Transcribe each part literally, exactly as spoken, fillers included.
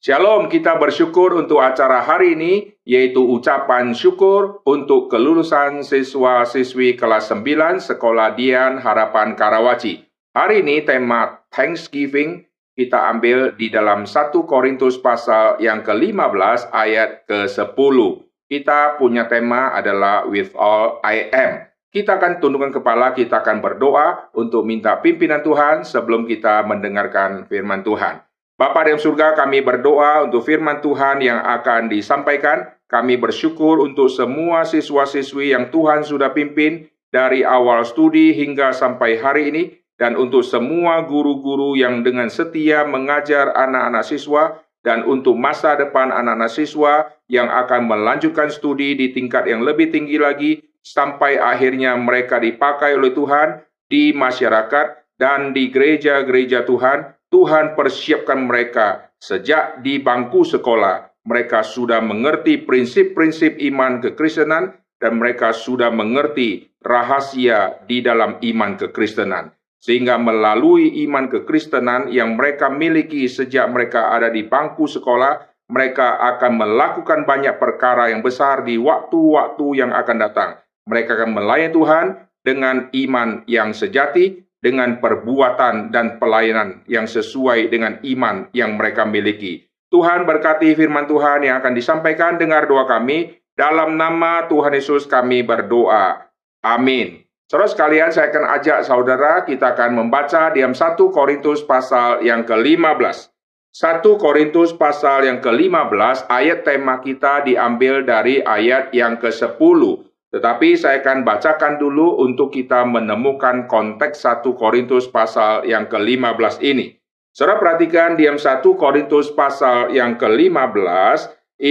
Shalom, kita bersyukur untuk acara hari ini, yaitu ucapan syukur untuk kelulusan siswa-siswi kelas sembilan Sekolah Dian Harapan Karawaci. Hari ini tema Thanksgiving kita ambil di dalam satu Korintus pasal yang ke lima belas ayat ke sepuluh. Kita punya tema adalah With All I Am. Kita akan tundukkan kepala, kita akan berdoa untuk minta pimpinan Tuhan sebelum kita mendengarkan firman Tuhan. Bapa di dalam surga, kami berdoa untuk firman Tuhan yang akan disampaikan. Kami bersyukur untuk semua siswa-siswi yang Tuhan sudah pimpin dari awal studi hingga sampai hari ini, dan untuk semua guru-guru yang dengan setia mengajar anak-anak siswa, dan untuk masa depan anak-anak siswa yang akan melanjutkan studi di tingkat yang lebih tinggi lagi, sampai akhirnya mereka dipakai oleh Tuhan di masyarakat dan di gereja-gereja Tuhan. Tuhan persiapkan mereka sejak di bangku sekolah. Mereka sudah mengerti prinsip-prinsip iman kekristenan dan mereka sudah mengerti rahasia di dalam iman kekristenan. Sehingga melalui iman kekristenan yang mereka miliki sejak mereka ada di bangku sekolah, mereka akan melakukan banyak perkara yang besar di waktu-waktu yang akan datang. Mereka akan melayani Tuhan dengan iman yang sejati, dengan perbuatan dan pelayanan yang sesuai dengan iman yang mereka miliki. Tuhan berkati firman Tuhan yang akan disampaikan. Dengar doa kami, dalam nama Tuhan Yesus kami berdoa. Amin. Saudara sekalian, saya akan ajak saudara, kita akan membaca di dalam satu Korintus pasal yang ke lima belas. satu Korintus pasal yang ke lima belas, ayat tema kita diambil dari ayat yang ke sepuluh. Tetapi saya akan bacakan dulu untuk kita menemukan konteks satu Korintus pasal yang ke lima belas ini. Saudara perhatikan di dalam satu Korintus pasal yang ke lima belas,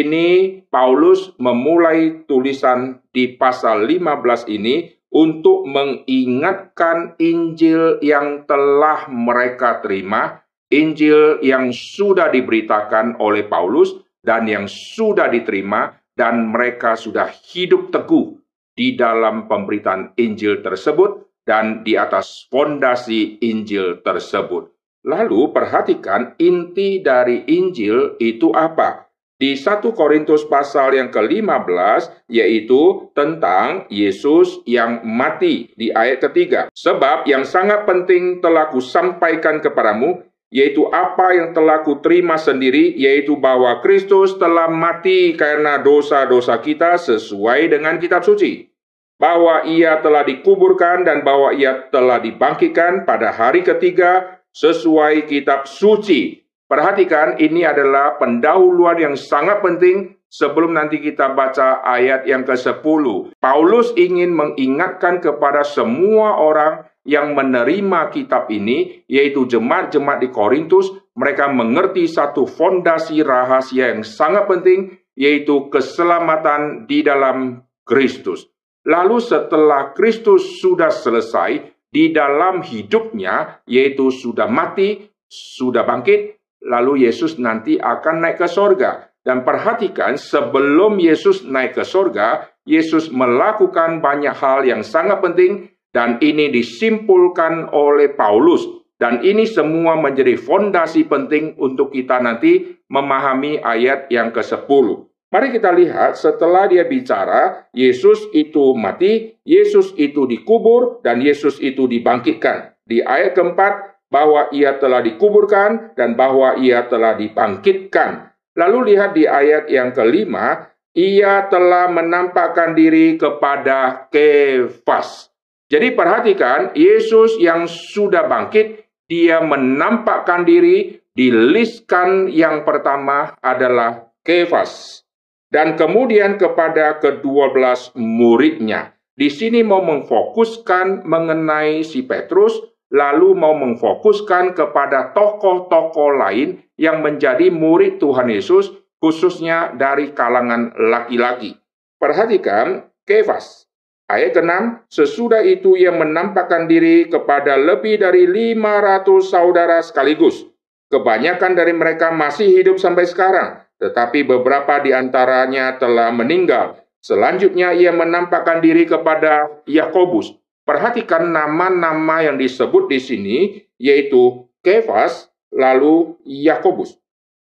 ini Paulus memulai tulisan di pasal lima belas ini untuk mengingatkan Injil yang telah mereka terima, Injil yang sudah diberitakan oleh Paulus dan yang sudah diterima, dan mereka sudah hidup teguh di dalam pemberitaan Injil tersebut dan di atas fondasi Injil tersebut. Lalu perhatikan inti dari Injil itu apa? Di satu Korintus pasal yang ke lima belas, yaitu tentang Yesus yang mati di ayat ketiga. Sebab yang sangat penting telah kusampaikan kepadamu, yaitu apa yang telah kuterima sendiri, yaitu bahwa Kristus telah mati karena dosa-dosa kita sesuai dengan kitab suci, bahwa ia telah dikuburkan dan bahwa ia telah dibangkitkan pada hari ketiga sesuai kitab suci. Perhatikan, ini adalah pendahuluan yang sangat penting sebelum nanti kita baca ayat yang ke sepuluh. Paulus ingin mengingatkan kepada semua orang yang menerima kitab ini, yaitu jemaat-jemaat di Korintus, mereka mengerti satu fondasi rahasia yang sangat penting, yaitu keselamatan di dalam Kristus. Lalu setelah Kristus sudah selesai di dalam hidupnya, yaitu sudah mati, sudah bangkit, lalu Yesus nanti akan naik ke sorga. Dan perhatikan, sebelum Yesus naik ke sorga, Yesus melakukan banyak hal yang sangat penting, dan ini disimpulkan oleh Paulus. Dan ini semua menjadi fondasi penting untuk kita nanti memahami ayat yang ke sepuluh. Mari kita lihat, setelah dia bicara, Yesus itu mati, Yesus itu dikubur, dan Yesus itu dibangkitkan. Di ayat keempat, bahwa ia telah dikuburkan, dan bahwa ia telah dibangkitkan. Lalu lihat di ayat yang kelima, ia telah menampakkan diri kepada Kefas. Jadi perhatikan, Yesus yang sudah bangkit, dia menampakkan diri, di listkan yang pertama adalah Kefas. Dan kemudian kepada kedua belas muridnya. Di sini mau memfokuskan mengenai si Petrus, lalu mau memfokuskan kepada tokoh-tokoh lain yang menjadi murid Tuhan Yesus, khususnya dari kalangan laki-laki. Perhatikan Kefas. Ayat keenam, sesudah itu ia menampakkan diri kepada lebih dari lima ratus saudara sekaligus. Kebanyakan dari mereka masih hidup sampai sekarang, tetapi beberapa di antaranya telah meninggal. Selanjutnya ia menampakkan diri kepada Yakobus. Perhatikan nama-nama yang disebut di sini, yaitu Kefas, lalu Yakobus.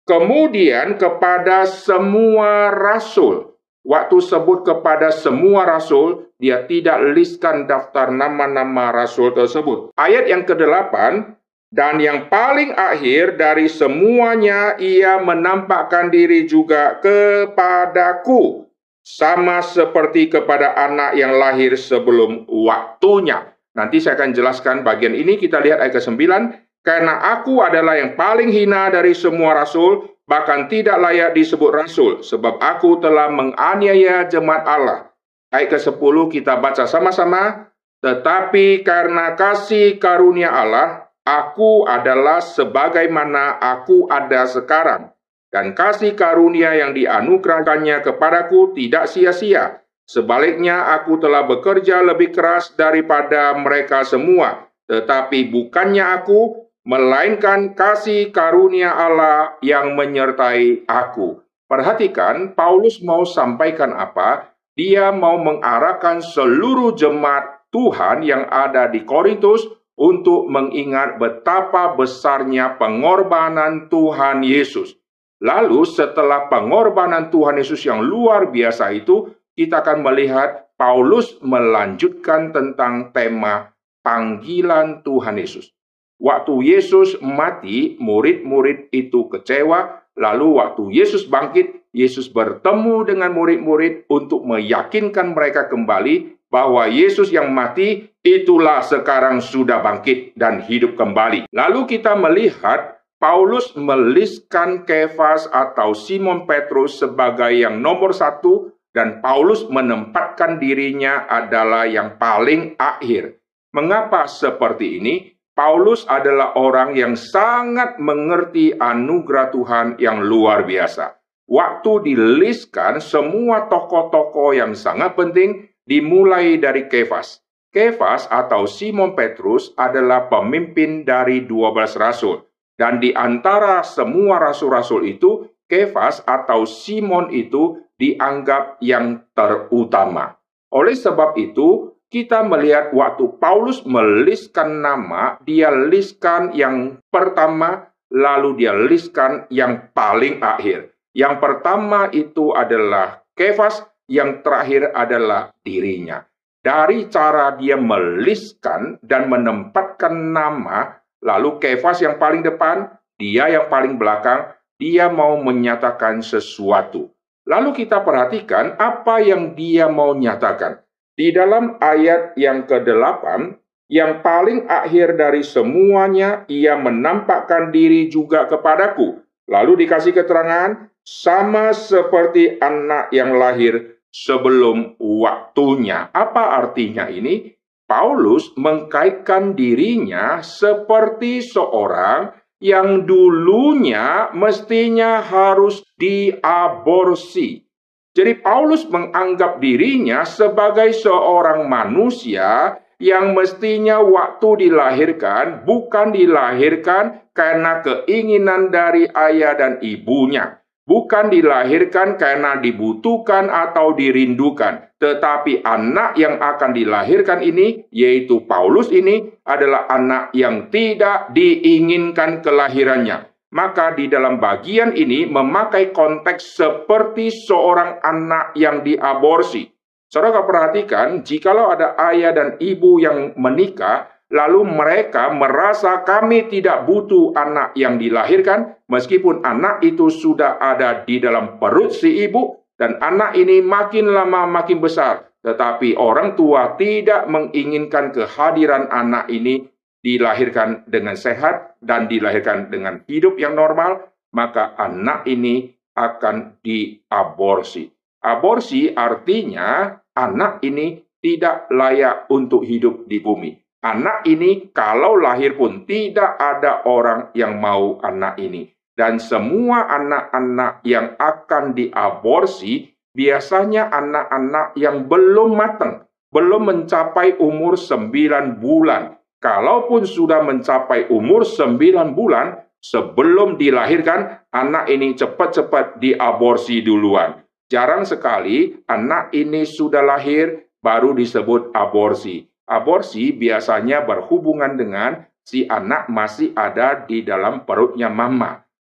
Kemudian kepada semua rasul. Waktu sebut kepada semua rasul, dia tidak listkan daftar nama-nama rasul tersebut. Ayat yang kedelapan, dan yang paling akhir dari semuanya, ia menampakkan diri juga kepadaku, sama seperti kepada anak yang lahir sebelum waktunya. Nanti saya akan jelaskan bagian ini. Kita lihat ayat kesembilan. Karena aku adalah yang paling hina dari semua rasul, bahkan tidak layak disebut rasul, sebab aku telah menganiaya jemaat Allah. Ayat kesepuluh kita baca sama-sama. Tetapi karena kasih karunia Allah, aku adalah sebagaimana aku ada sekarang. Dan kasih karunia yang dianugerahkannya kepadaku tidak sia-sia. Sebaliknya, aku telah bekerja lebih keras daripada mereka semua. Tetapi bukannya aku, melainkan kasih karunia Allah yang menyertai aku. Perhatikan, Paulus mau sampaikan apa? Dia mau mengarahkan seluruh jemaat Tuhan yang ada di Korintus untuk mengingat betapa besarnya pengorbanan Tuhan Yesus. Lalu setelah pengorbanan Tuhan Yesus yang luar biasa itu, kita akan melihat Paulus melanjutkan tentang tema panggilan Tuhan Yesus. Waktu Yesus mati, murid-murid itu kecewa. Lalu waktu Yesus bangkit, Yesus bertemu dengan murid-murid untuk meyakinkan mereka kembali bahwa Yesus yang mati itulah sekarang sudah bangkit dan hidup kembali. Lalu kita melihat Paulus meliskan Kefas atau Simon Petrus sebagai yang nomor satu, dan Paulus menempatkan dirinya adalah yang paling akhir. Mengapa seperti ini? Paulus adalah orang yang sangat mengerti anugerah Tuhan yang luar biasa. Waktu diliskan semua tokoh-tokoh yang sangat penting, dimulai dari Kefas. Kefas atau Simon Petrus adalah pemimpin dari dua belas rasul. Dan di antara semua rasul-rasul itu, Kefas atau Simon itu dianggap yang terutama. Oleh sebab itu, kita melihat waktu Paulus meliskan nama, dia liskan yang pertama, lalu dia liskan yang paling akhir. Yang pertama itu adalah Kefas, yang terakhir adalah dirinya. Dari cara dia meliskan dan menempatkan nama, lalu Kefas yang paling depan, dia yang paling belakang, dia mau menyatakan sesuatu. Lalu kita perhatikan apa yang dia mau nyatakan. Di dalam ayat yang kedelapan, yang paling akhir dari semuanya, ia menampakkan diri juga kepadaku. Lalu dikasih keterangan, sama seperti anak yang lahir sebelum waktunya. Apa artinya ini? Paulus mengkaitkan dirinya seperti seorang yang dulunya mestinya harus diaborsi. Jadi Paulus menganggap dirinya sebagai seorang manusia yang mestinya waktu dilahirkan bukan dilahirkan karena keinginan dari ayah dan ibunya. Bukan dilahirkan karena dibutuhkan atau dirindukan. Tetapi anak yang akan dilahirkan ini, yaitu Paulus ini, adalah anak yang tidak diinginkan kelahirannya. Maka di dalam bagian ini memakai konteks seperti seorang anak yang diaborsi. Saudara perhatikan, jikalau ada ayah dan ibu yang menikah, lalu mereka merasa kami tidak butuh anak yang dilahirkan, meskipun anak itu sudah ada di dalam perut si ibu, dan anak ini makin lama makin besar. Tetapi orang tua tidak menginginkan kehadiran anak ini dilahirkan dengan sehat dan dilahirkan dengan hidup yang normal, maka anak ini akan diaborsi. Aborsi artinya anak ini tidak layak untuk hidup di bumi. Anak ini kalau lahir pun tidak ada orang yang mau anak ini. Dan semua anak-anak yang akan diaborsi biasanya anak-anak yang belum matang, belum mencapai umur sembilan bulan. Kalaupun sudah mencapai umur sembilan bulan, sebelum dilahirkan, anak ini cepat-cepat diaborsi duluan. Jarang sekali anak ini sudah lahir, baru disebut aborsi. Aborsi biasanya berhubungan dengan si anak masih ada di dalam perutnya mama.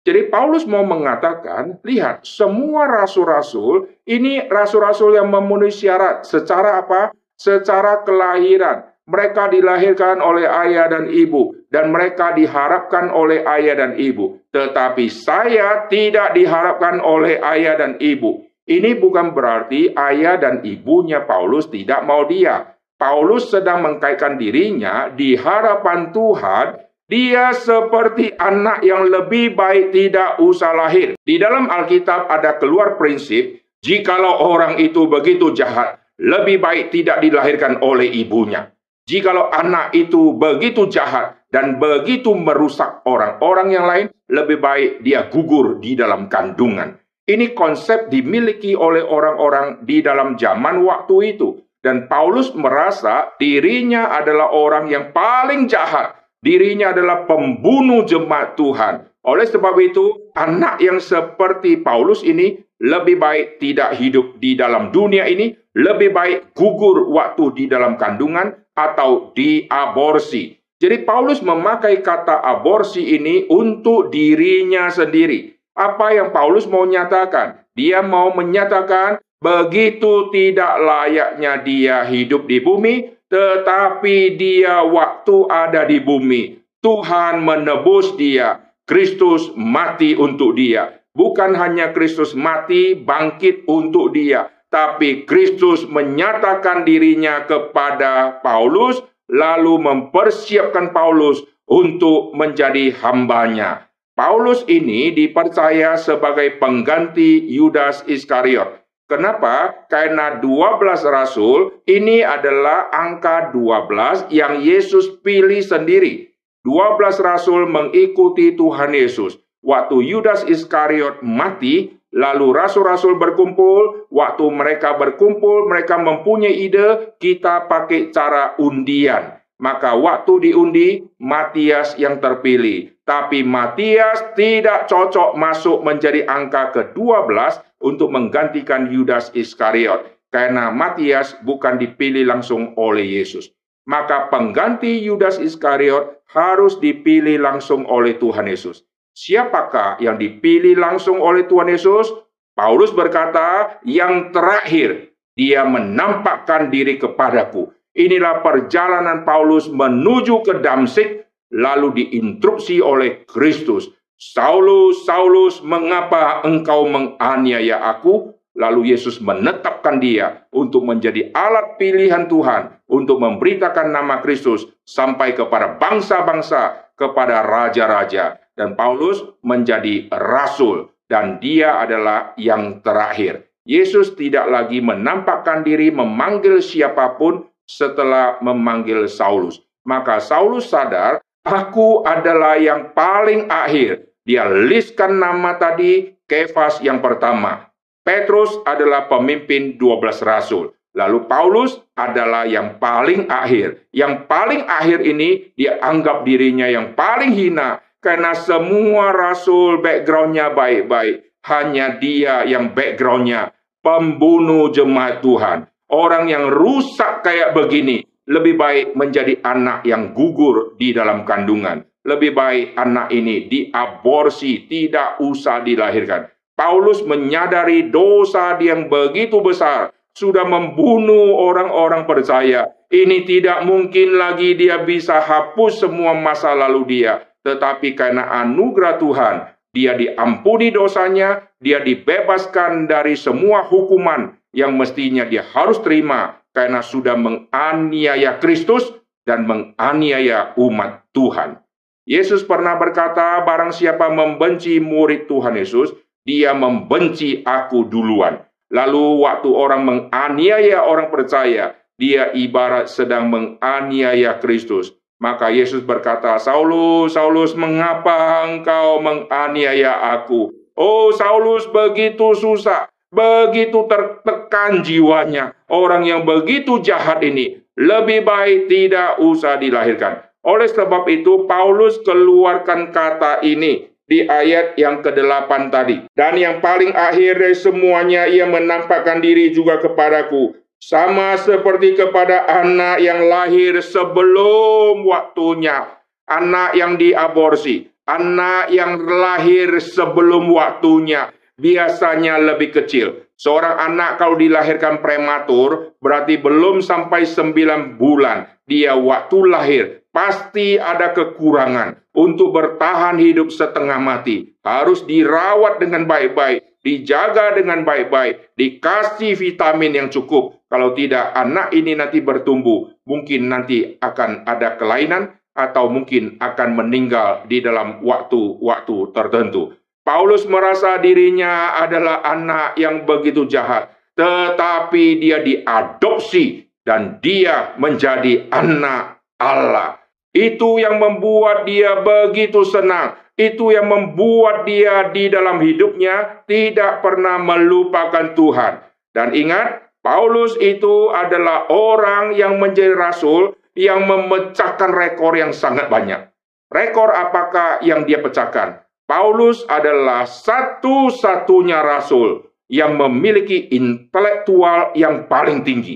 Jadi Paulus mau mengatakan, lihat, semua rasul-rasul, ini rasul-rasul yang memenuhi syarat. Secara apa? Secara kelahiran. Mereka dilahirkan oleh ayah dan ibu. Dan mereka diharapkan oleh ayah dan ibu. Tetapi saya tidak diharapkan oleh ayah dan ibu. Ini bukan berarti ayah dan ibunya Paulus tidak mau dia. Paulus sedang mengkaitkan dirinya di hadapan Tuhan. Dia seperti anak yang lebih baik tidak usah lahir. Di dalam Alkitab ada keluar prinsip, jikalau orang itu begitu jahat, lebih baik tidak dilahirkan oleh ibunya. Jikalau anak itu begitu jahat dan begitu merusak orang-orang yang lain, lebih baik dia gugur di dalam kandungan. Ini konsep dimiliki oleh orang-orang di dalam zaman waktu itu. Dan Paulus merasa dirinya adalah orang yang paling jahat. Dirinya adalah pembunuh jemaat Tuhan. Oleh sebab itu, anak yang seperti Paulus ini lebih baik tidak hidup di dalam dunia ini, lebih baik gugur waktu di dalam kandungan atau diaborsi. Jadi Paulus memakai kata aborsi ini untuk dirinya sendiri. Apa yang Paulus mau nyatakan? Dia mau menyatakan begitu tidak layaknya dia hidup di bumi, tetapi dia waktu ada di bumi, Tuhan menebus dia. Kristus mati untuk dia. Bukan hanya Kristus mati, bangkit untuk dia. Tapi Kristus menyatakan dirinya kepada Paulus, lalu mempersiapkan Paulus untuk menjadi hambanya. Paulus ini dipercaya sebagai pengganti Yudas Iskariot. Kenapa? Karena dua belas rasul ini adalah angka dua belas yang Yesus pilih sendiri. dua belas rasul mengikuti Tuhan Yesus. Waktu Yudas Iskariot mati, lalu rasul-rasul berkumpul. Waktu mereka berkumpul, mereka mempunyai ide, kita pakai cara undian. Maka waktu diundi, Matias yang terpilih. Tapi Matias tidak cocok masuk menjadi angka ke dua belas untuk menggantikan Yudas Iskariot. Karena Matias bukan dipilih langsung oleh Yesus. Maka pengganti Yudas Iskariot harus dipilih langsung oleh Tuhan Yesus. Siapakah yang dipilih langsung oleh Tuhan Yesus? Paulus berkata, yang terakhir, dia menampakkan diri kepadaku. Inilah perjalanan Paulus menuju ke Damsik, lalu diinstruksi oleh Kristus. Saulus, Saulus, mengapa engkau menganiaya aku? Lalu Yesus menetapkan dia untuk menjadi alat pilihan Tuhan, untuk memberitakan nama Kristus sampai kepada bangsa-bangsa, kepada raja-raja. Dan Paulus menjadi rasul, dan dia adalah yang terakhir. Yesus tidak lagi menampakkan diri memanggil siapapun setelah memanggil Saulus. Maka Saulus sadar, aku adalah yang paling akhir. Dia listkan nama tadi, Kefas yang pertama. Petrus adalah pemimpin dua belas rasul. Lalu Paulus adalah yang paling akhir. Yang paling akhir ini dia anggap dirinya yang paling hina. Karena semua rasul backgroundnya baik-baik. Hanya dia yang backgroundnya pembunuh jemaat Tuhan. Orang yang rusak kayak begini. Lebih baik menjadi anak yang gugur di dalam kandungan. Lebih baik anak ini diaborsi, tidak usah dilahirkan. Paulus menyadari dosa yang begitu besar, sudah membunuh orang-orang percaya. Ini tidak mungkin lagi dia bisa hapus semua masa lalu dia. Tetapi karena anugerah Tuhan, dia diampuni dosanya, dia dibebaskan dari semua hukuman yang mestinya dia harus terima karena sudah menganiaya Kristus dan menganiaya umat Tuhan. Yesus pernah berkata, barang siapa membenci murid Tuhan Yesus, dia membenci aku duluan. Lalu waktu orang menganiaya orang percaya, dia ibarat sedang menganiaya Kristus. Maka Yesus berkata, Saulus, Saulus, mengapa engkau menganiaya aku? Oh, Saulus begitu susah, begitu tertekan jiwanya. Orang yang begitu jahat ini, lebih baik tidak usah dilahirkan. Oleh sebab itu, Paulus keluarkan kata ini di ayat yang kedelapan tadi. Dan yang paling akhir dari semuanya, ia menampakkan diri juga kepadaku, sama seperti kepada anak yang lahir sebelum waktunya, anak yang diaborsi. Anak yang lahir sebelum waktunya biasanya lebih kecil. Seorang anak kalau dilahirkan prematur berarti belum sampai sembilan bulan. Dia waktu lahir pasti ada kekurangan. Untuk bertahan hidup setengah mati harus dirawat dengan baik-baik, dijaga dengan baik-baik, dikasih vitamin yang cukup. Kalau tidak, anak ini nanti bertumbuh, mungkin nanti akan ada kelainan atau mungkin akan meninggal di dalam waktu-waktu tertentu. Paulus merasa dirinya adalah anak yang begitu jahat, tetapi dia diadopsi dan dia menjadi anak Allah. Itu yang membuat dia begitu senang. Itu yang membuat dia di dalam hidupnya tidak pernah melupakan Tuhan. Dan ingat, Paulus itu adalah orang yang menjadi rasul yang memecahkan rekor yang sangat banyak. Rekor apakah yang dia pecahkan? Paulus adalah satu-satunya rasul yang memiliki intelektual yang paling tinggi.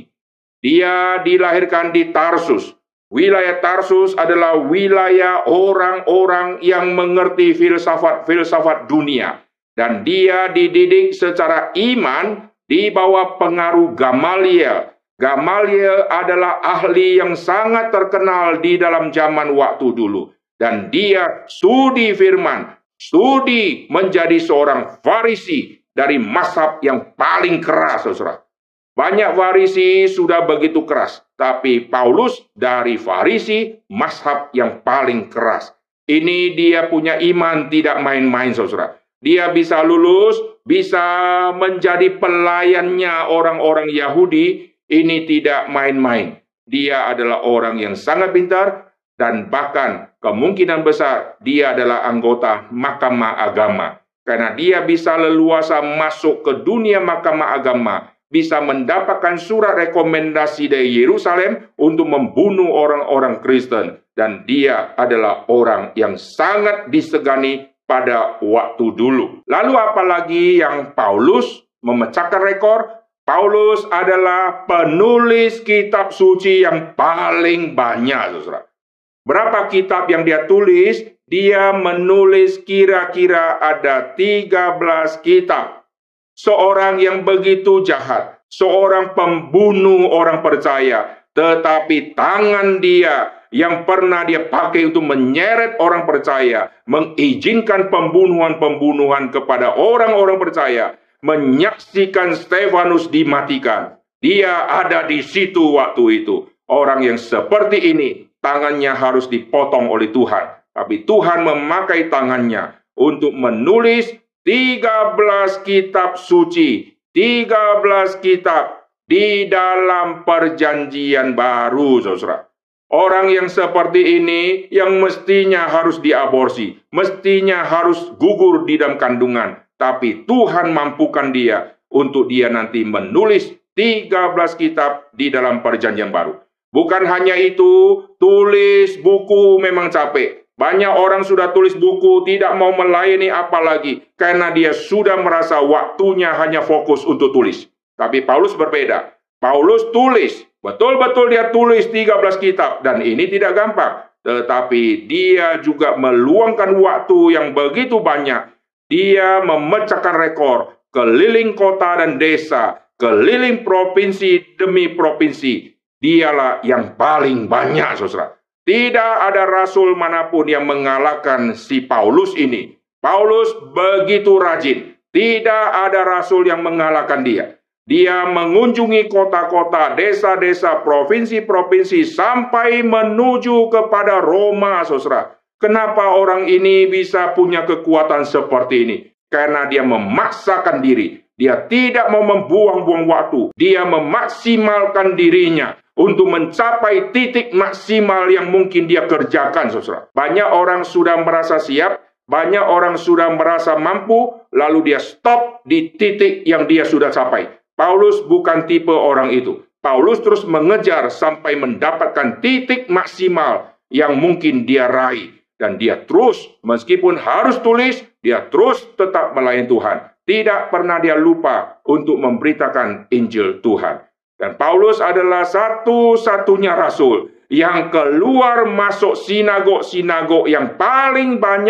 Dia dilahirkan di Tarsus. Wilayah Tarsus adalah wilayah orang-orang yang mengerti filsafat-filsafat dunia. Dan dia dididik secara iman di bawah pengaruh Gamaliel. Gamaliel adalah ahli yang sangat terkenal di dalam zaman waktu dulu. Dan dia studi firman, studi menjadi seorang Farisi dari mazhab yang paling keras, saudara. Banyak Farisi sudah begitu keras, tapi Paulus dari Farisi mazhab yang paling keras. Ini dia punya iman tidak main-main, saudara. Dia bisa lulus, bisa menjadi pelayannya orang-orang Yahudi. Ini tidak main-main. Dia adalah orang yang sangat pintar dan bahkan kemungkinan besar dia adalah anggota Mahkamah Agama. Karena dia bisa leluasa masuk ke dunia Mahkamah Agama, bisa mendapatkan surat rekomendasi dari Yerusalem untuk membunuh orang-orang Kristen. Dan dia adalah orang yang sangat disegani pada waktu dulu. Lalu apalagi yang Paulus memecahkan rekor? Paulus adalah penulis kitab suci yang paling banyak, saudara. Berapa kitab yang dia tulis? Dia menulis kira-kira ada tiga belas kitab. Seorang yang begitu jahat, seorang pembunuh orang percaya, tetapi tangan dia yang pernah dia pakai untuk menyeret orang percaya, mengizinkan pembunuhan-pembunuhan kepada orang-orang percaya, menyaksikan Stefanus dimatikan. Dia ada di situ waktu itu. Orang yang seperti ini, tangannya harus dipotong oleh Tuhan. Tapi Tuhan memakai tangannya untuk menulis tiga belas kitab suci, tiga belas kitab di dalam perjanjian baru, saudara. Orang yang seperti ini yang mestinya harus diaborsi, mestinya harus gugur di dalam kandungan. Tapi Tuhan mampukan dia untuk dia nanti menulis tiga belas kitab di dalam perjanjian baru. Bukan hanya itu, tulis buku memang capek. Banyak orang sudah tulis buku, tidak mau melayani apalagi, karena dia sudah merasa waktunya hanya fokus untuk tulis. Tapi Paulus berbeda. Paulus tulis, betul-betul dia tulis tiga belas kitab, dan ini tidak gampang. Tetapi dia juga meluangkan waktu yang begitu banyak. Dia memecahkan rekor, keliling kota dan desa, keliling provinsi demi provinsi. Dialah yang paling banyak, saudara. Tidak ada rasul manapun yang mengalahkan si Paulus ini. Paulus begitu rajin. Tidak ada rasul yang mengalahkan dia. Dia mengunjungi kota-kota, desa-desa, provinsi-provinsi, sampai menuju kepada Roma, saudara. Kenapa orang ini bisa punya kekuatan seperti ini? Karena dia memaksakan diri. Dia tidak mau membuang-buang waktu. Dia memaksimalkan dirinya untuk mencapai titik maksimal yang mungkin dia kerjakan, saudara. Banyak orang sudah merasa siap, banyak orang sudah merasa mampu, lalu dia stop di titik yang dia sudah capai. Paulus bukan tipe orang itu. Paulus terus mengejar sampai mendapatkan titik maksimal yang mungkin dia raih. Dan dia terus, meskipun harus tulis, dia terus tetap melayani Tuhan. Tidak pernah dia lupa untuk memberitakan Injil Tuhan. Dan Paulus adalah satu-satunya rasul yang keluar masuk sinagog-sinagog yang paling banyak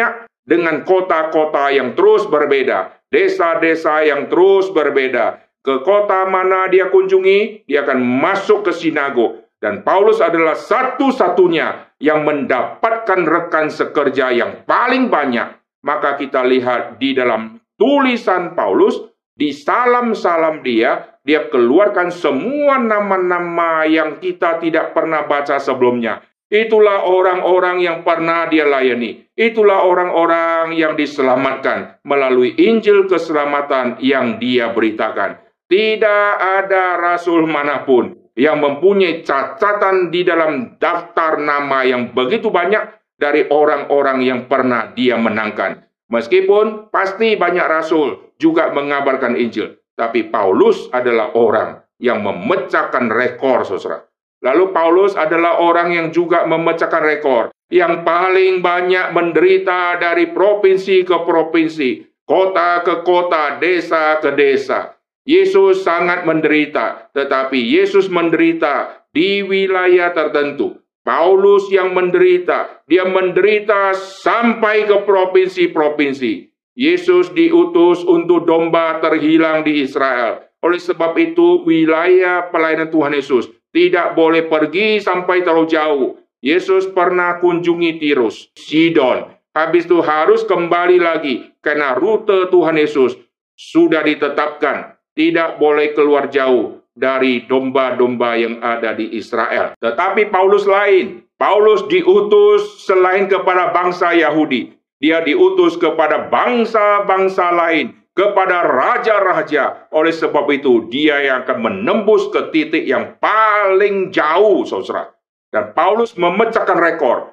dengan kota-kota yang terus berbeda, desa-desa yang terus berbeda. Ke kota mana dia kunjungi, dia akan masuk ke sinagog. Dan Paulus adalah satu-satunya yang mendapatkan rekan sekerja yang paling banyak. Maka kita lihat di dalam tulisan Paulus, di salam-salam dia, dia keluarkan semua nama-nama yang kita tidak pernah baca sebelumnya. Itulah orang-orang yang pernah dia layani. Itulah orang-orang yang diselamatkan melalui Injil keselamatan yang dia beritakan. Tidak ada rasul manapun yang mempunyai catatan di dalam daftar nama yang begitu banyak dari orang-orang yang pernah dia menangkan. Meskipun pasti banyak rasul juga mengabarkan Injil, tapi Paulus adalah orang yang memecahkan rekor, saudara. Lalu Paulus adalah orang yang juga memecahkan rekor, yang paling banyak menderita dari provinsi ke provinsi, kota ke kota, desa ke desa. Yesus sangat menderita, tetapi Yesus menderita di wilayah tertentu. Paulus yang menderita, dia menderita sampai ke provinsi-provinsi. Yesus diutus untuk domba terhilang di Israel. Oleh sebab itu, wilayah pelayanan Tuhan Yesus tidak boleh pergi sampai terlalu jauh. Yesus pernah kunjungi Tirus, Sidon. Habis itu harus kembali lagi, karena rute Tuhan Yesus sudah ditetapkan. Tidak boleh keluar jauh dari domba-domba yang ada di Israel. Tetapi Paulus lain. Paulus diutus selain kepada bangsa Yahudi. Dia diutus kepada bangsa-bangsa lain, kepada raja-raja. Oleh sebab itu, dia yang akan menembus ke titik yang paling jauh, saudara. Dan Paulus memecahkan rekor.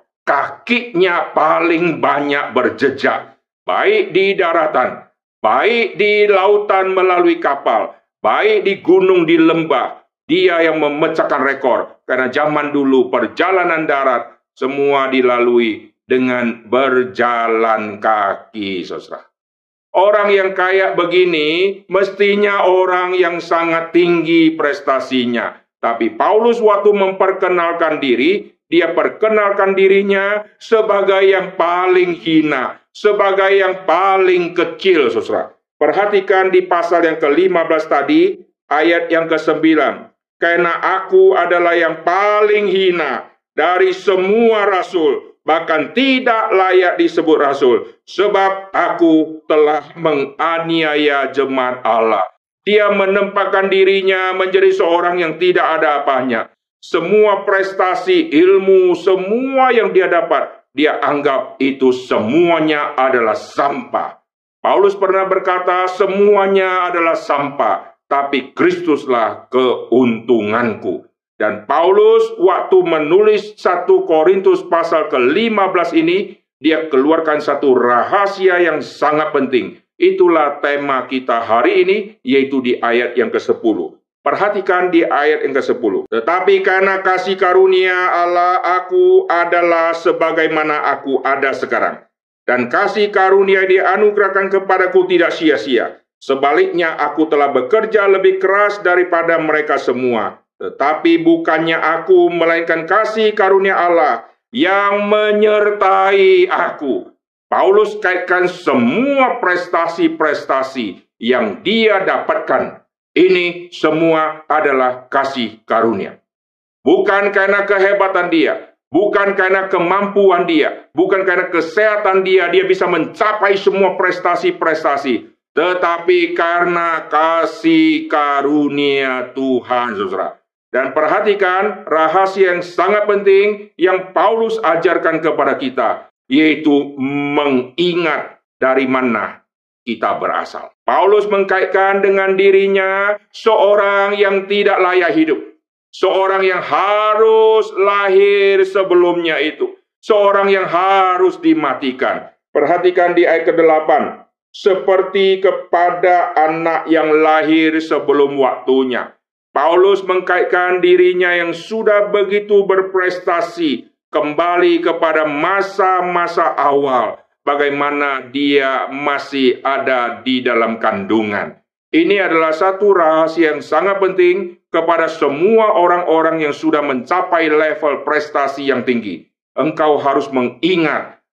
Kakinya paling banyak berjejak, baik di daratan, baik di lautan melalui kapal, baik di gunung, di lembah. Dia yang memecahkan rekor. Karena zaman dulu perjalanan darat semua dilalui dengan berjalan kaki, saudara. Orang yang kayak begini mestinya orang yang sangat tinggi prestasinya. Tapi Paulus waktu memperkenalkan diri, dia perkenalkan dirinya sebagai yang paling hina, sebagai yang paling kecil, saudara. Perhatikan di pasal yang ke lima belas tadi, ayat yang ke sembilan. Karena aku adalah yang paling hina dari semua rasul, bahkan tidak layak disebut rasul, sebab aku telah menganiaya jemaat Allah. Dia menempatkan dirinya menjadi seorang yang tidak ada apanya. Semua prestasi, ilmu, semua yang dia dapat, dia anggap itu semuanya adalah sampah. Paulus pernah berkata, semuanya adalah sampah, tapi Kristuslah keuntunganku. Dan Paulus waktu menulis satu Korintus pasal ke lima belas ini, dia keluarkan satu rahasia yang sangat penting. Itulah tema kita hari ini, yaitu di ayat yang ke sepuluh. Perhatikan di ayat yang ke sepuluh. Tetapi karena kasih karunia Allah, aku adalah sebagaimana aku ada sekarang. Dan kasih karunia dianugerahkan kepadaku tidak sia-sia. Sebaliknya aku telah bekerja lebih keras daripada mereka semua. Tetapi bukannya aku, melainkan kasih karunia Allah yang menyertai aku. Paulus kaitkan semua prestasi-prestasi yang dia dapatkan. Ini semua adalah kasih karunia. Bukan karena kehebatan dia, bukan karena kemampuan dia, bukan karena kesehatan dia, dia bisa mencapai semua prestasi-prestasi. Tetapi karena kasih karunia Tuhan, saudara. Dan perhatikan rahasia yang sangat penting yang Paulus ajarkan kepada kita, yaitu mengingat dari mana kita berasal. Paulus mengkaitkan dengan dirinya seorang yang tidak layak hidup. Seorang yang harus lahir sebelumnya itu. Seorang yang harus dimatikan. Perhatikan di ayat kedelapan. Seperti kepada anak yang lahir sebelum waktunya. Paulus mengkaitkan dirinya yang sudah begitu berprestasi kembali kepada masa-masa awal. Bagaimana dia masih ada di dalam kandungan. Ini adalah satu rahasia yang sangat penting kepada semua orang-orang yang sudah mencapai level prestasi yang tinggi. Engkau harus mengingat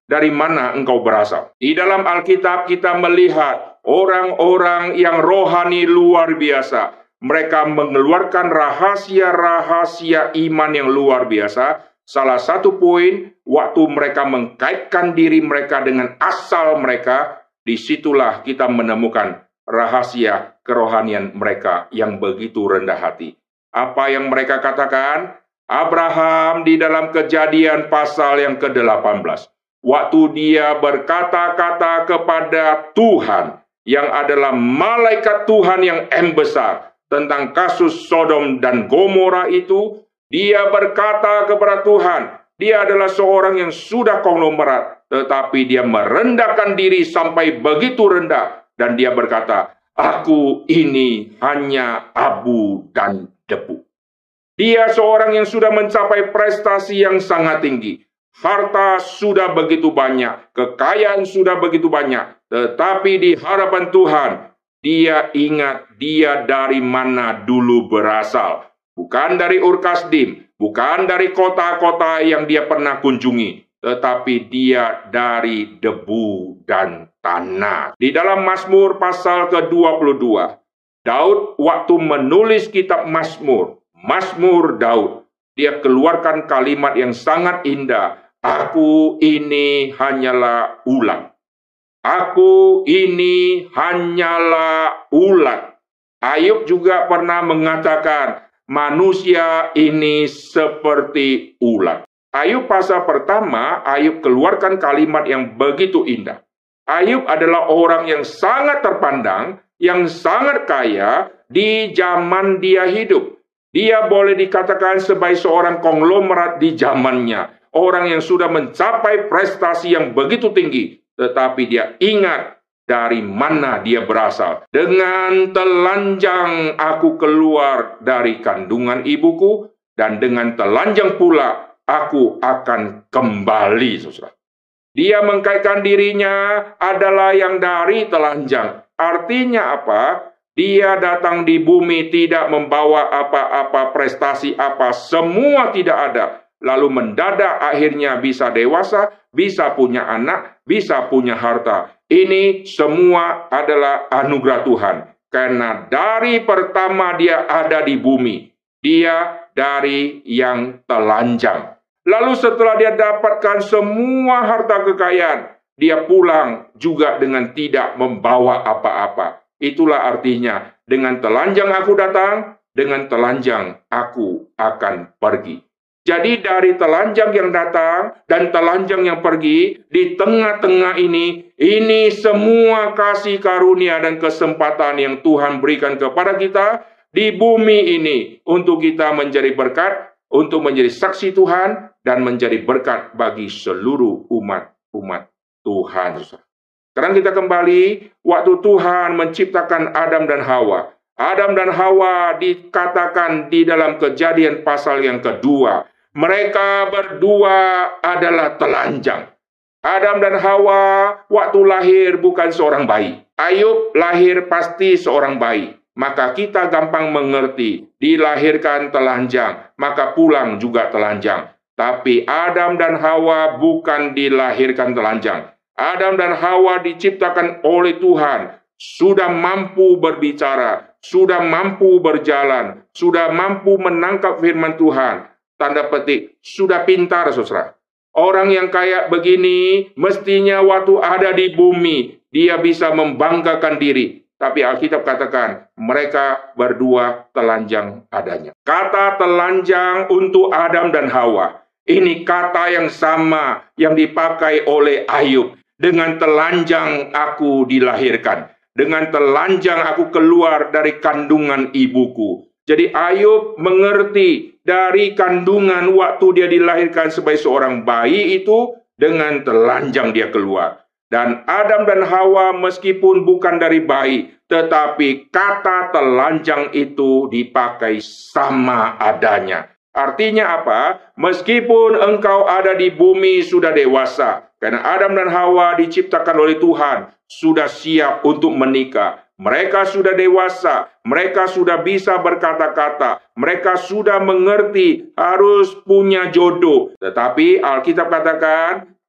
dari mana engkau berasal. Di dalam Alkitab kita melihat orang-orang yang rohani luar biasa. Mereka mengeluarkan rahasia-rahasia iman yang luar biasa. Salah satu poin, waktu mereka mengkaitkan diri mereka dengan asal mereka, disitulah kita menemukan rahasia kerohanian mereka yang begitu rendah hati. Apa yang mereka katakan? Abraham di dalam Kejadian pasal yang ke delapan belas. Waktu dia berkata-kata kepada Tuhan, yang adalah malaikat Tuhan yang em besar, tentang kasus Sodom dan Gomora itu, dia berkata kepada Tuhan, dia adalah seorang yang sudah konglomerat, tetapi dia merendahkan diri sampai begitu rendah, dan dia berkata, aku ini hanya abu dan debu. Dia seorang yang sudah mencapai prestasi yang sangat tinggi. Harta sudah begitu banyak, kekayaan sudah begitu banyak, tetapi di hadapan Tuhan, dia ingat dia dari mana dulu berasal. Bukan dari Ur Kasdim, bukan dari kota-kota yang dia pernah kunjungi, tetapi dia dari debu dan tanah. Di dalam Mazmur pasal ke dua puluh dua, Daud waktu menulis kitab Mazmur, Mazmur Daud, dia keluarkan kalimat yang sangat indah. Aku ini hanyalah ulat. Aku ini hanyalah ulat. Ayub juga pernah mengatakan, manusia ini seperti ulat. Ayub pasal pertama, Ayub keluarkan kalimat yang begitu indah. Ayub adalah orang yang sangat terpandang, yang sangat kaya di zaman dia hidup. Dia boleh dikatakan sebagai seorang konglomerat di zamannya. Orang yang sudah mencapai prestasi yang begitu tinggi. Tetapi dia ingat dari mana dia berasal. Dengan telanjang aku keluar dari kandungan ibuku, dan dengan telanjang pula aku akan kembali, saudara. Dia mengkaitkan dirinya adalah yang dari telanjang. Artinya apa? Dia datang di bumi tidak membawa apa-apa prestasi apa, semua tidak ada. Lalu mendadak akhirnya bisa dewasa, bisa punya anak, bisa punya harta. Ini semua adalah anugerah Tuhan. Karena dari pertama dia ada di bumi, dia dari yang telanjang. Lalu setelah dia dapatkan semua harta kekayaan, dia pulang juga dengan tidak membawa apa-apa. Itulah artinya, dengan telanjang aku datang, dengan telanjang aku akan pergi. Jadi dari telanjang yang datang dan telanjang yang pergi, di tengah-tengah ini, ini semua kasih karunia dan kesempatan yang Tuhan berikan kepada kita di bumi ini untuk kita menjadi berkat, untuk menjadi saksi Tuhan, dan menjadi berkat bagi seluruh umat-umat Tuhan. Sekarang kita kembali, waktu Tuhan menciptakan Adam dan Hawa. Adam dan Hawa dikatakan di dalam Kejadian pasal yang kedua. Mereka berdua adalah telanjang. Adam dan Hawa waktu lahir bukan seorang bayi. Ayub lahir pasti seorang bayi. Maka kita gampang mengerti, dilahirkan telanjang, maka pulang juga telanjang. Tapi Adam dan Hawa bukan dilahirkan telanjang. Adam dan Hawa diciptakan oleh Tuhan, sudah mampu berbicara, sudah mampu berjalan, sudah mampu menangkap firman Tuhan. Tanda petik, sudah pintar, saudara. Orang yang kayak begini, mestinya waktu ada di bumi, dia bisa membanggakan diri. Tapi Alkitab katakan, mereka berdua telanjang adanya. Kata telanjang untuk Adam dan Hawa, ini kata yang sama yang dipakai oleh Ayub. Dengan telanjang aku dilahirkan. Dengan telanjang aku keluar dari kandungan ibuku. Jadi Ayub mengerti dari kandungan waktu dia dilahirkan sebagai seorang bayi itu, dengan telanjang dia keluar. Dan Adam dan Hawa meskipun bukan dari bayi, tetapi kata telanjang itu dipakai sama adanya. Artinya apa? Meskipun engkau ada di bumi sudah dewasa, karena Adam dan Hawa diciptakan oleh Tuhan, sudah siap untuk menikah. Mereka sudah dewasa, mereka sudah bisa berkata-kata, mereka sudah mengerti harus punya jodoh. Tetapi Alkitab katakan,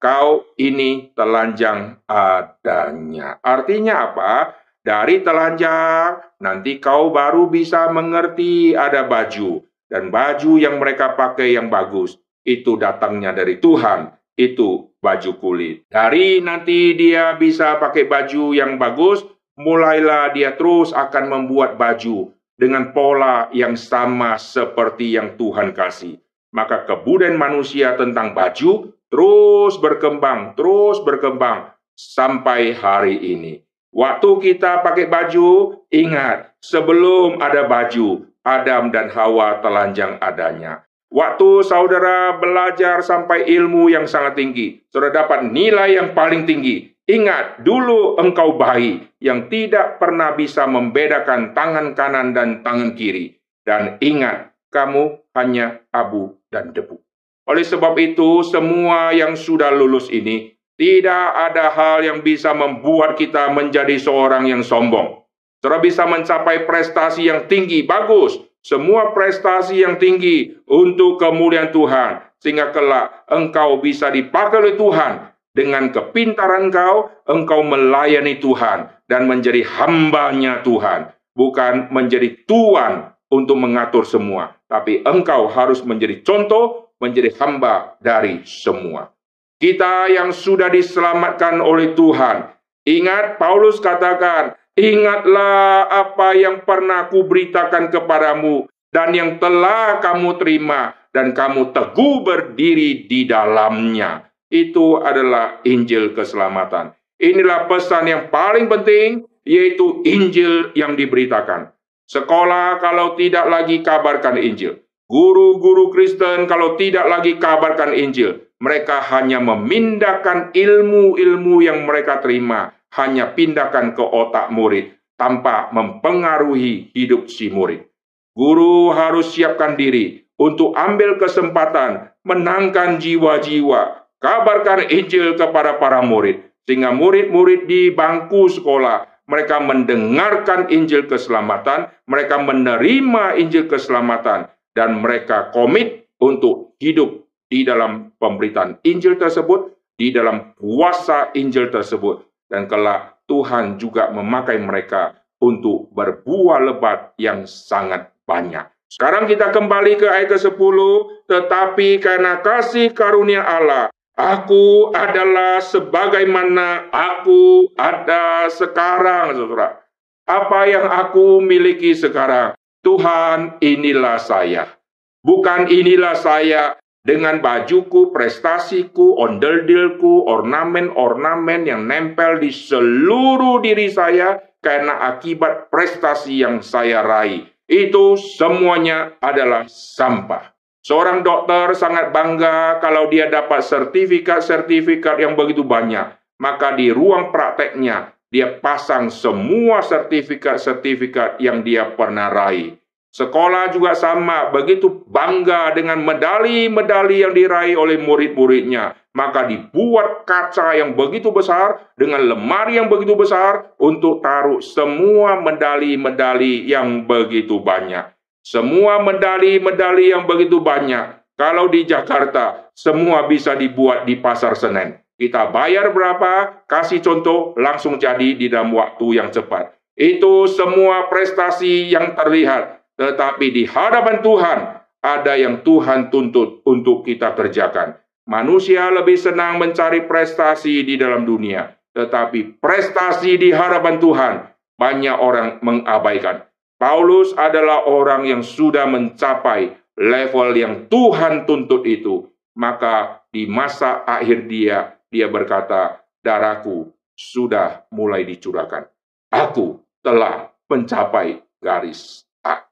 kau ini telanjang adanya. Artinya apa? Dari telanjang, nanti kau baru bisa mengerti ada baju. Dan baju yang mereka pakai yang bagus, itu datangnya dari Tuhan. Itu baju kulit. Dari nanti dia bisa pakai baju yang bagus, mulailah dia terus akan membuat baju dengan pola yang sama seperti yang Tuhan kasih. Maka kebudayaan manusia tentang baju terus berkembang, terus berkembang sampai hari ini. Waktu kita pakai baju, ingat, sebelum ada baju, Adam dan Hawa telanjang adanya. Waktu saudara belajar sampai ilmu yang sangat tinggi, saudara dapat nilai yang paling tinggi. Ingat, dulu engkau bayi yang tidak pernah bisa membedakan tangan kanan dan tangan kiri. Dan ingat, kamu hanya abu dan debu. Oleh sebab itu, semua yang sudah lulus ini, tidak ada hal yang bisa membuat kita menjadi seorang yang sombong. Saudara bisa mencapai prestasi yang tinggi, bagus. Semua prestasi yang tinggi untuk kemuliaan Tuhan. Sehingga kelak engkau bisa dipakai oleh Tuhan. Dengan kepintaran engkau, engkau melayani Tuhan. Dan menjadi hambanya Tuhan. Bukan menjadi tuan untuk mengatur semua. Tapi engkau harus menjadi contoh, menjadi hamba dari semua. Kita yang sudah diselamatkan oleh Tuhan. Ingat, Paulus katakan, ingatlah apa yang pernah kuberitakan kepadamu dan yang telah kamu terima dan kamu teguh berdiri di dalamnya. Itu adalah Injil keselamatan. Inilah pesan yang paling penting, yaitu Injil yang diberitakan. Sekolah kalau tidak lagi kabarkan Injil. Guru-guru Kristen kalau tidak lagi kabarkan Injil. Mereka hanya memindahkan ilmu-ilmu yang mereka terima. Hanya pindahkan ke otak murid. Tanpa mempengaruhi hidup si murid. Guru harus siapkan diri untuk ambil kesempatan menangkan jiwa-jiwa. Kabarkan Injil kepada para murid. Sehingga murid-murid di bangku sekolah, mereka mendengarkan Injil keselamatan, mereka menerima Injil keselamatan, dan mereka komit untuk hidup di dalam pemberitaan Injil tersebut, di dalam kuasa Injil tersebut. Dan kelak Tuhan juga memakai mereka untuk berbuah lebat yang sangat banyak. Sekarang kita kembali ke ayat ke sepuluh. Tetapi karena kasih karunia Allah, aku adalah sebagaimana aku ada sekarang, saudara. Apa yang aku miliki sekarang? Tuhan, inilah saya. Bukan inilah saya dengan bajuku, prestasiku, ondel-dealku, ornamen-ornamen yang nempel di seluruh diri saya karena akibat prestasi yang saya raih. Itu semuanya adalah sampah. Seorang dokter sangat bangga kalau dia dapat sertifikat-sertifikat yang begitu banyak. Maka di ruang prakteknya, dia pasang semua sertifikat-sertifikat yang dia pernah raih. Sekolah juga sama, begitu bangga dengan medali-medali yang diraih oleh murid-muridnya. Maka dibuat kaca yang begitu besar, dengan lemari yang begitu besar, untuk taruh semua medali-medali yang begitu banyak. Semua medali-medali yang begitu banyak, kalau di Jakarta, semua bisa dibuat di Pasar Senen. Kita bayar berapa, kasih contoh, langsung jadi di dalam waktu yang cepat. Itu semua prestasi yang terlihat. Tetapi di hadapan Tuhan, ada yang Tuhan tuntut untuk kita kerjakan. Manusia lebih senang mencari prestasi di dalam dunia. Tetapi prestasi di hadapan Tuhan, banyak orang mengabaikan. Paulus adalah orang yang sudah mencapai level yang Tuhan tuntut itu. Maka di masa akhir dia, dia berkata, darahku sudah mulai dicurahkan. Aku telah mencapai garis.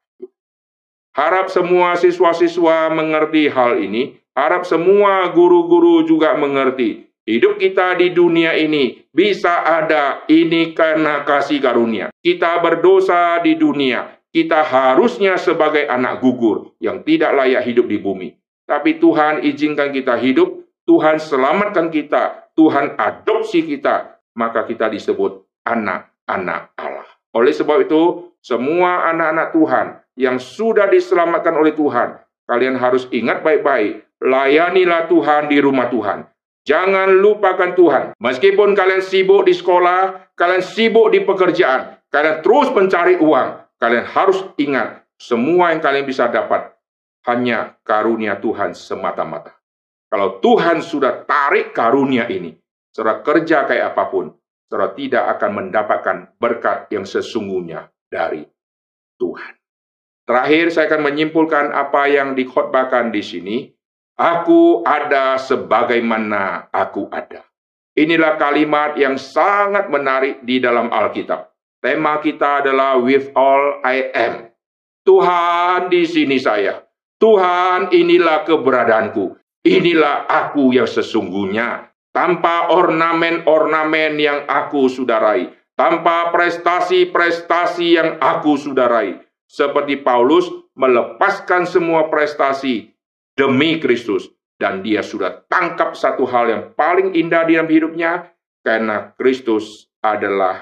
Harap semua siswa-siswa mengerti hal ini. Harap semua guru-guru juga mengerti. Hidup kita di dunia ini bisa ada ini karena kasih karunia. Kita berdosa di dunia. Kita harusnya sebagai anak gugur yang tidak layak hidup di bumi. Tapi Tuhan izinkan kita hidup. Tuhan selamatkan kita. Tuhan adopsi kita. Maka kita disebut anak-anak Allah. Oleh sebab itu, semua anak-anak Tuhan yang sudah diselamatkan oleh Tuhan, kalian harus ingat baik-baik, layanilah Tuhan di rumah Tuhan. Jangan lupakan Tuhan. Meskipun kalian sibuk di sekolah, kalian sibuk di pekerjaan, kalian terus mencari uang, kalian harus ingat, semua yang kalian bisa dapat hanya karunia Tuhan semata-mata. Kalau Tuhan sudah tarik karunia ini, saudara kerja kayak apapun, saudara tidak akan mendapatkan berkat yang sesungguhnya dari Tuhan. Terakhir, saya akan menyimpulkan apa yang dikhotbahkan di sini. Aku ada sebagaimana aku ada. Inilah kalimat yang sangat menarik di dalam Alkitab. Tema kita adalah with all I am. Tuhan, di sini saya. Tuhan, inilah keberadaanku. Inilah aku yang sesungguhnya. Tanpa ornamen-ornamen yang aku sudah raih. Tanpa prestasi-prestasi yang aku sudah raih. Seperti Paulus melepaskan semua prestasi demi Kristus. Dan dia sudah tangkap satu hal yang paling indah di dalam hidupnya. Karena Kristus adalah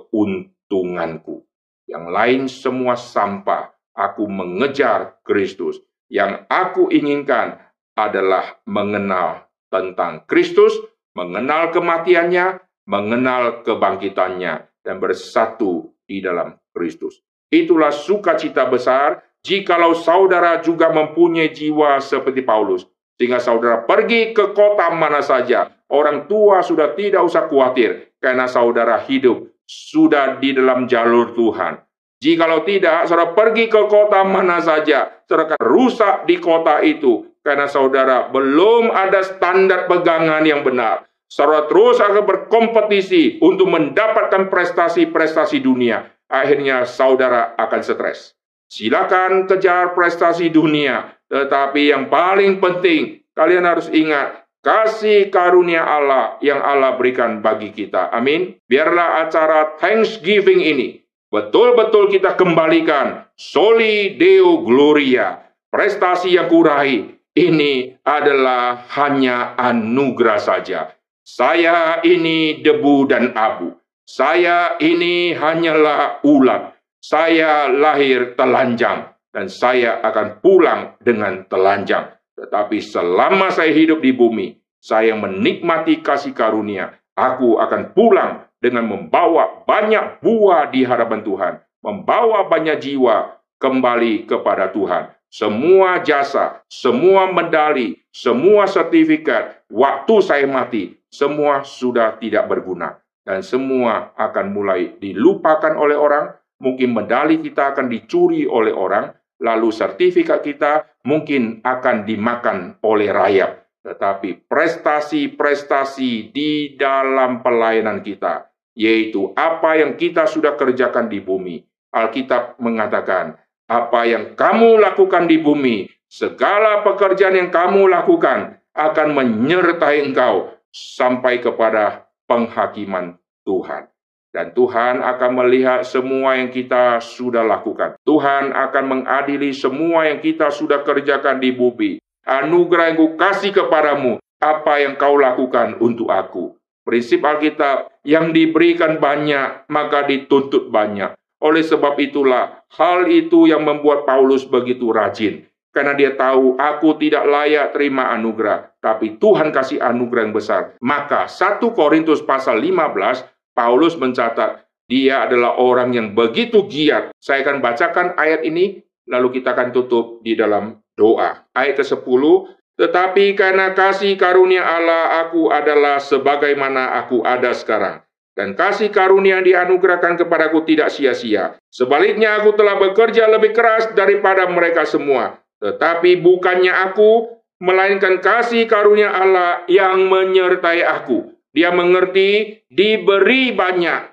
keuntunganku. Yang lain semua sampah. Aku mengejar Kristus. Yang aku inginkan adalah mengenal tentang Kristus, mengenal kematiannya, mengenal kebangkitannya, dan bersatu di dalam Kristus. Itulah sukacita besar jikalau saudara juga mempunyai jiwa seperti Paulus. Sehingga saudara pergi ke kota mana saja, orang tua sudah tidak usah khawatir, karena saudara hidup sudah di dalam jalur Tuhan. Jikalau tidak, saudara pergi ke kota mana saja, saudara akan rusak di kota itu, karena saudara belum ada standar pegangan yang benar. Saudara terus akan berkompetisi untuk mendapatkan prestasi-prestasi dunia. Akhirnya saudara akan stres. Silakan kejar prestasi dunia, tetapi yang paling penting, kalian harus ingat, kasih karunia Allah yang Allah berikan bagi kita. Amin. Biarlah acara Thanksgiving ini betul-betul kita kembalikan soli Deo Gloria. Prestasi yang kuraih ini adalah hanya anugerah saja. Saya ini debu dan abu. Saya ini hanyalah ulat. Saya lahir telanjang dan saya akan pulang dengan telanjang. Tetapi selama saya hidup di bumi, saya menikmati kasih karunia. Aku akan pulang dengan membawa banyak buah di hadapan Tuhan. Membawa banyak jiwa kembali kepada Tuhan. Semua jasa, semua medali, semua sertifikat, waktu saya mati, semua sudah tidak berguna. Dan semua akan mulai dilupakan oleh orang. Mungkin medali kita akan dicuri oleh orang. Lalu sertifikat kita mungkin akan dimakan oleh rayap. Tetapi prestasi-prestasi di dalam pelayanan kita, yaitu apa yang kita sudah kerjakan di bumi. Alkitab mengatakan, apa yang kamu lakukan di bumi, segala pekerjaan yang kamu lakukan akan menyertai engkau sampai kepada penghakiman Tuhan. Dan Tuhan akan melihat semua yang kita sudah lakukan. Tuhan akan mengadili semua yang kita sudah kerjakan di bumi. Anugerah yang kukasih kepadamu, apa yang kau lakukan untuk aku. Prinsip Alkitab, yang diberikan banyak, maka dituntut banyak. Oleh sebab itulah, hal itu yang membuat Paulus begitu rajin. Karena dia tahu, aku tidak layak terima anugerah. Tapi Tuhan kasih anugerah yang besar. Maka satu Korintus pasal lima belas, Paulus mencatat, dia adalah orang yang begitu giat. Saya akan bacakan ayat ini, lalu kita akan tutup di dalam doa. Ayat kesepuluh, tetapi karena kasih karunia Allah, aku adalah sebagaimana aku ada sekarang. Dan kasih karunia yang dianugerahkan kepadaku tidak sia-sia. Sebaliknya aku telah bekerja lebih keras daripada mereka semua. Tetapi bukannya aku, melainkan kasih karunia Allah yang menyertai aku. Dia mengerti, diberi banyak,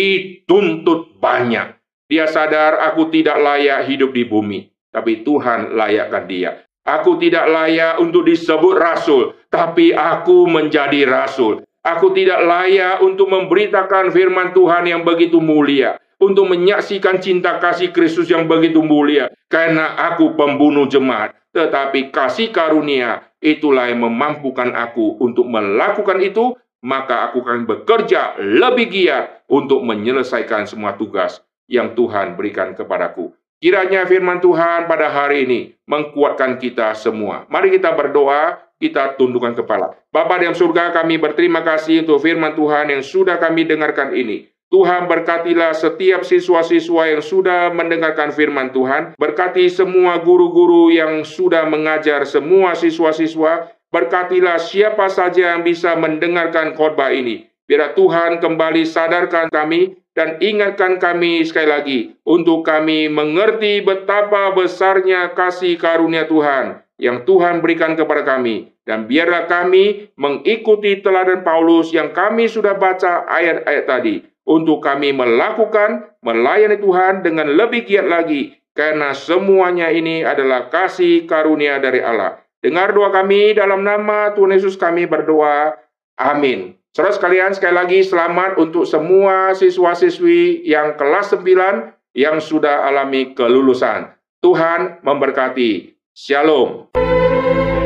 dituntut banyak. Dia sadar aku tidak layak hidup di bumi, tapi Tuhan layakkan dia. Aku tidak layak untuk disebut rasul, tapi aku menjadi rasul. Aku tidak layak untuk memberitakan firman Tuhan yang begitu mulia, untuk menyaksikan cinta kasih Kristus yang begitu mulia, karena aku pembunuh jemaat. Tetapi kasih karunia, itulah yang memampukan aku untuk melakukan itu. Maka aku akan bekerja lebih giat untuk menyelesaikan semua tugas yang Tuhan berikan kepadaku. Kiranya firman Tuhan pada hari ini mengkuatkan kita semua. Mari kita berdoa. kita tundukkan kepala. Bapa di dalam surga, kami berterima kasih untuk firman Tuhan yang sudah kami dengarkan ini. Tuhan, berkatilah setiap siswa-siswa yang sudah mendengarkan firman Tuhan. Berkati semua guru-guru yang sudah mengajar semua siswa-siswa. Berkatilah siapa saja yang bisa mendengarkan khotbah ini. Biar Tuhan kembali sadarkan kami dan ingatkan kami sekali lagi untuk kami mengerti betapa besarnya kasih karunia Tuhan yang Tuhan berikan kepada kami. Dan biarlah kami mengikuti teladan Paulus yang kami sudah baca ayat-ayat tadi, untuk kami melakukan, melayani Tuhan dengan lebih giat lagi, karena semuanya ini adalah kasih karunia dari Allah. Dengar doa kami dalam nama Tuhan Yesus kami berdoa. Amin. Saudara sekalian, sekali lagi selamat untuk semua siswa-siswi yang kelas sembilan yang sudah alami kelulusan. Tuhan memberkati. Shalom.